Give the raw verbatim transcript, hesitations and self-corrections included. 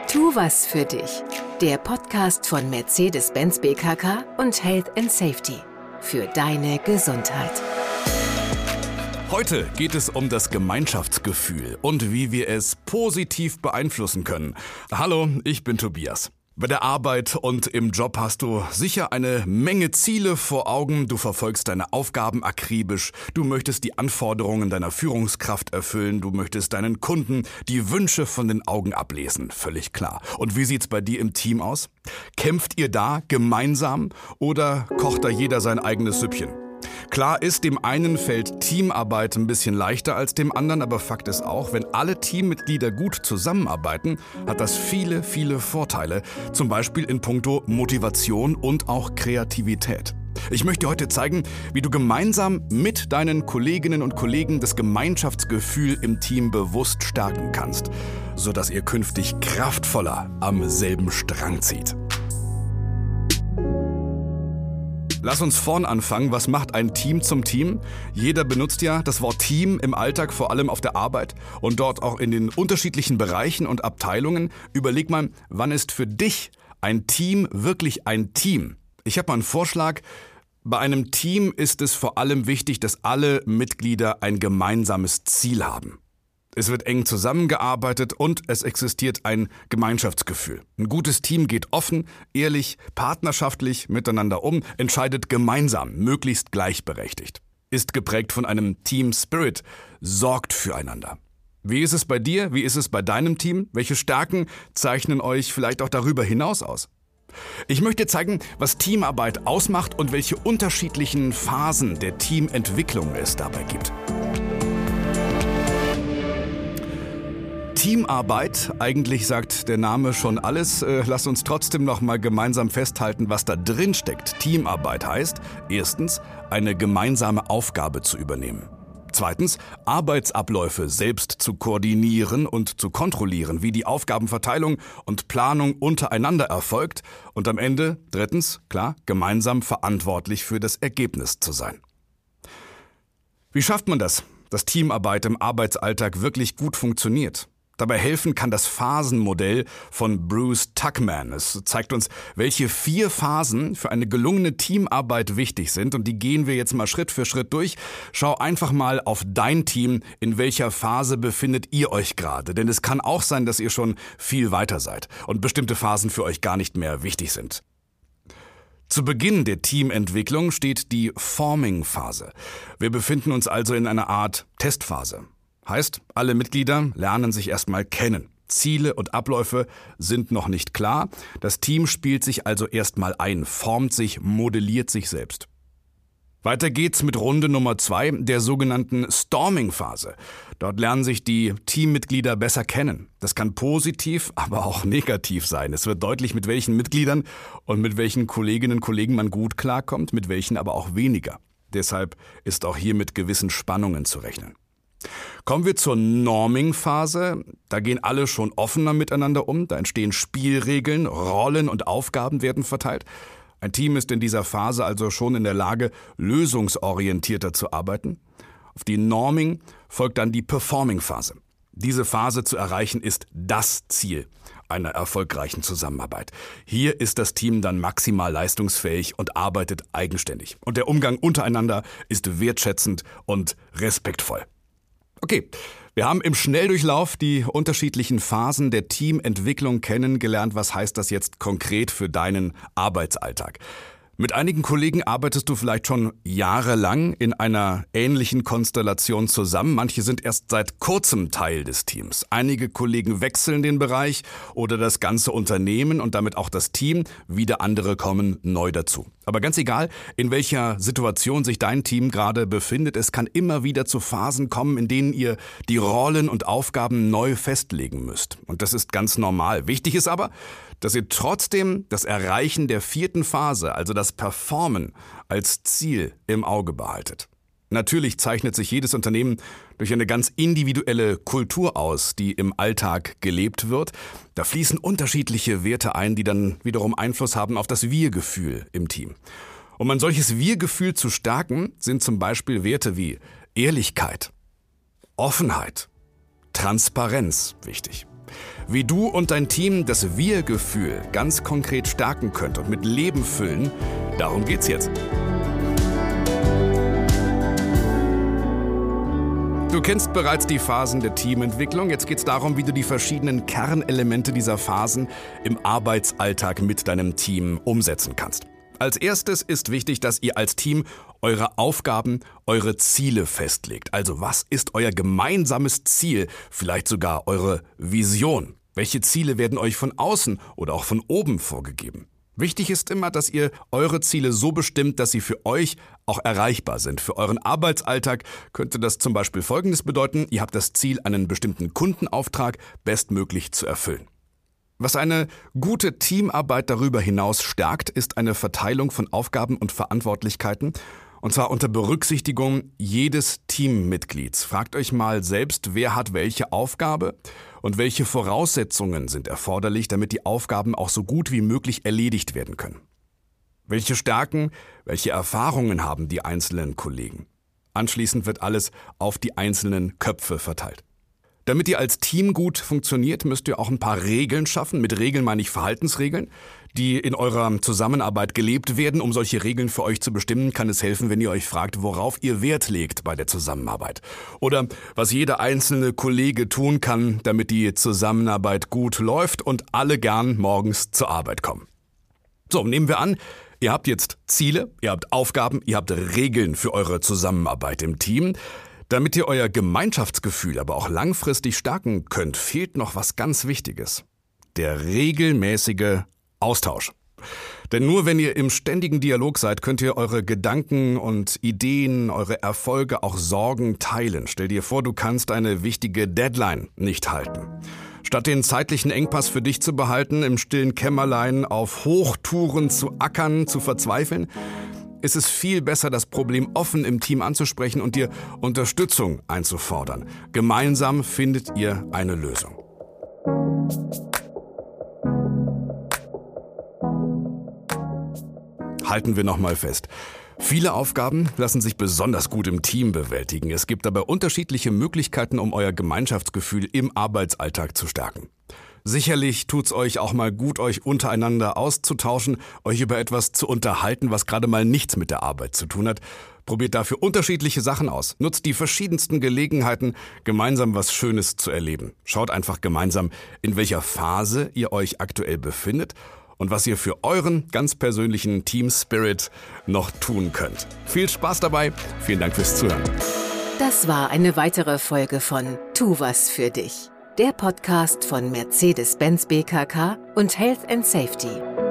Tu was für dich. Der Podcast von Mercedes-Benz B K K und Health and Safety. Für deine Gesundheit. Heute geht es um das Gemeinschaftsgefühl und wie wir es positiv beeinflussen können. Hallo, ich bin Tobias. Bei der Arbeit und im Job hast du sicher eine Menge Ziele vor Augen. Du verfolgst deine Aufgaben akribisch. Du möchtest die Anforderungen deiner Führungskraft erfüllen. Du möchtest deinen Kunden die Wünsche von den Augen ablesen. Völlig klar. Und wie sieht's bei dir im Team aus? Kämpft ihr da gemeinsam oder kocht da jeder sein eigenes Süppchen? Klar ist, dem einen fällt Teamarbeit ein bisschen leichter als dem anderen, aber Fakt ist auch, wenn alle Teammitglieder gut zusammenarbeiten, hat das viele, viele Vorteile, zum Beispiel in puncto Motivation und auch Kreativität. Ich möchte dir heute zeigen, wie du gemeinsam mit deinen Kolleginnen und Kollegen das Gemeinschaftsgefühl im Team bewusst stärken kannst, sodass ihr künftig kraftvoller am selben Strang zieht. Lass uns vorn anfangen. Was macht ein Team zum Team? Jeder benutzt ja das Wort Team im Alltag, vor allem auf der Arbeit und dort auch in den unterschiedlichen Bereichen und Abteilungen. Überleg mal, wann ist für dich ein Team wirklich ein Team? Ich habe mal einen Vorschlag. Bei einem Team ist es vor allem wichtig, dass alle Mitglieder ein gemeinsames Ziel haben. Es wird eng zusammengearbeitet und es existiert ein Gemeinschaftsgefühl. Ein gutes Team geht offen, ehrlich, partnerschaftlich miteinander um, entscheidet gemeinsam, möglichst gleichberechtigt. Ist geprägt von einem Team Spirit, sorgt füreinander. Wie ist es bei dir? Wie ist es bei deinem Team? Welche Stärken zeichnen euch vielleicht auch darüber hinaus aus? Ich möchte zeigen, was Teamarbeit ausmacht und welche unterschiedlichen Phasen der Teamentwicklung es dabei gibt. Teamarbeit, eigentlich sagt der Name schon alles. Äh, lass uns trotzdem noch mal gemeinsam festhalten, was da drin steckt. Teamarbeit heißt, erstens, eine gemeinsame Aufgabe zu übernehmen. Zweitens, Arbeitsabläufe selbst zu koordinieren und zu kontrollieren, wie die Aufgabenverteilung und Planung untereinander erfolgt. Und am Ende, drittens, klar, gemeinsam verantwortlich für das Ergebnis zu sein. Wie schafft man das, dass Teamarbeit im Arbeitsalltag wirklich gut funktioniert? Dabei helfen kann das Phasenmodell von Bruce Tuckman. Es zeigt uns, welche vier Phasen für eine gelungene Teamarbeit wichtig sind. Und die gehen wir jetzt mal Schritt für Schritt durch. Schau einfach mal auf dein Team, in welcher Phase befindet ihr euch gerade. Denn es kann auch sein, dass ihr schon viel weiter seid und bestimmte Phasen für euch gar nicht mehr wichtig sind. Zu Beginn der Teamentwicklung steht die Forming-Phase. Wir befinden uns also in einer Art Testphase. Heißt, alle Mitglieder lernen sich erstmal kennen. Ziele und Abläufe sind noch nicht klar. Das Team spielt sich also erstmal ein, formt sich, modelliert sich selbst. Weiter geht's mit Runde Nummer zwei, der sogenannten Storming-Phase. Dort lernen sich die Teammitglieder besser kennen. Das kann positiv, aber auch negativ sein. Es wird deutlich, mit welchen Mitgliedern und mit welchen Kolleginnen und Kollegen man gut klarkommt, mit welchen aber auch weniger. Deshalb ist auch hier mit gewissen Spannungen zu rechnen. Kommen wir zur Norming-Phase. Da gehen alle schon offener miteinander um. Da entstehen Spielregeln, Rollen und Aufgaben werden verteilt. Ein Team ist in dieser Phase also schon in der Lage, lösungsorientierter zu arbeiten. Auf die Norming folgt dann die Performing-Phase. Diese Phase zu erreichen ist das Ziel einer erfolgreichen Zusammenarbeit. Hier ist das Team dann maximal leistungsfähig und arbeitet eigenständig. Und der Umgang untereinander ist wertschätzend und respektvoll. Okay, wir haben im Schnelldurchlauf die unterschiedlichen Phasen der Teamentwicklung kennengelernt. Was heißt das jetzt konkret für deinen Arbeitsalltag? Mit einigen Kollegen arbeitest du vielleicht schon jahrelang in einer ähnlichen Konstellation zusammen. Manche sind erst seit kurzem Teil des Teams. Einige Kollegen wechseln den Bereich oder das ganze Unternehmen und damit auch das Team. Wieder andere kommen neu dazu. Aber ganz egal, in welcher Situation sich dein Team gerade befindet, es kann immer wieder zu Phasen kommen, in denen ihr die Rollen und Aufgaben neu festlegen müsst. Und das ist ganz normal. Wichtig ist aber, dass ihr trotzdem das Erreichen der vierten Phase, also das Performen, als Ziel im Auge behaltet. Natürlich zeichnet sich jedes Unternehmen durch eine ganz individuelle Kultur aus, die im Alltag gelebt wird. Da fließen unterschiedliche Werte ein, die dann wiederum Einfluss haben auf das Wir-Gefühl im Team. Um ein solches Wir-Gefühl zu stärken, sind zum Beispiel Werte wie Ehrlichkeit, Offenheit, Transparenz wichtig. Wie du und dein Team das Wir-Gefühl ganz konkret stärken könnt und mit Leben füllen, darum geht's jetzt. Du kennst bereits die Phasen der Teamentwicklung. Jetzt geht es darum, wie du die verschiedenen Kernelemente dieser Phasen im Arbeitsalltag mit deinem Team umsetzen kannst. Als erstes ist wichtig, dass ihr als Team eure Aufgaben, eure Ziele festlegt. Also was ist euer gemeinsames Ziel? Vielleicht sogar eure Vision. Welche Ziele werden euch von außen oder auch von oben vorgegeben? Wichtig ist immer, dass ihr eure Ziele so bestimmt, dass sie für euch auch erreichbar sind. Für euren Arbeitsalltag könnte das zum Beispiel Folgendes bedeuten: Ihr habt das Ziel, einen bestimmten Kundenauftrag bestmöglich zu erfüllen. Was eine gute Teamarbeit darüber hinaus stärkt, ist eine Verteilung von Aufgaben und Verantwortlichkeiten, und zwar unter Berücksichtigung jedes Teammitglieds. Fragt euch mal selbst, wer hat welche Aufgabe und welche Voraussetzungen sind erforderlich, damit die Aufgaben auch so gut wie möglich erledigt werden können. Welche Stärken, welche Erfahrungen haben die einzelnen Kollegen? Anschließend wird alles auf die einzelnen Köpfe verteilt. Damit ihr als Team gut funktioniert, müsst ihr auch ein paar Regeln schaffen. Mit Regeln meine ich Verhaltensregeln, die in eurer Zusammenarbeit gelebt werden. Um solche Regeln für euch zu bestimmen, kann es helfen, wenn ihr euch fragt, worauf ihr Wert legt bei der Zusammenarbeit. Oder was jeder einzelne Kollege tun kann, damit die Zusammenarbeit gut läuft und alle gern morgens zur Arbeit kommen. So, nehmen wir an, ihr habt jetzt Ziele, ihr habt Aufgaben, ihr habt Regeln für eure Zusammenarbeit im Team. Damit ihr euer Gemeinschaftsgefühl aber auch langfristig stärken könnt, fehlt noch was ganz Wichtiges: der regelmäßige Austausch. Denn nur wenn ihr im ständigen Dialog seid, könnt ihr eure Gedanken und Ideen, eure Erfolge, auch Sorgen teilen. Stell dir vor, du kannst eine wichtige Deadline nicht halten. Statt den zeitlichen Engpass für dich zu behalten, im stillen Kämmerlein auf Hochtouren zu ackern, zu verzweifeln, ist es viel besser, das Problem offen im Team anzusprechen und dir Unterstützung einzufordern. Gemeinsam findet ihr eine Lösung. Halten wir nochmal fest. Viele Aufgaben lassen sich besonders gut im Team bewältigen. Es gibt aber unterschiedliche Möglichkeiten, um euer Gemeinschaftsgefühl im Arbeitsalltag zu stärken. Sicherlich tut's euch auch mal gut, euch untereinander auszutauschen, euch über etwas zu unterhalten, was gerade mal nichts mit der Arbeit zu tun hat. Probiert dafür unterschiedliche Sachen aus. Nutzt die verschiedensten Gelegenheiten, gemeinsam was Schönes zu erleben. Schaut einfach gemeinsam, in welcher Phase ihr euch aktuell befindet und was ihr für euren ganz persönlichen Team Spirit noch tun könnt. Viel Spaß dabei. Vielen Dank fürs Zuhören. Das war eine weitere Folge von Tu was für dich. Der Podcast von Mercedes-Benz B K K und Health and Safety.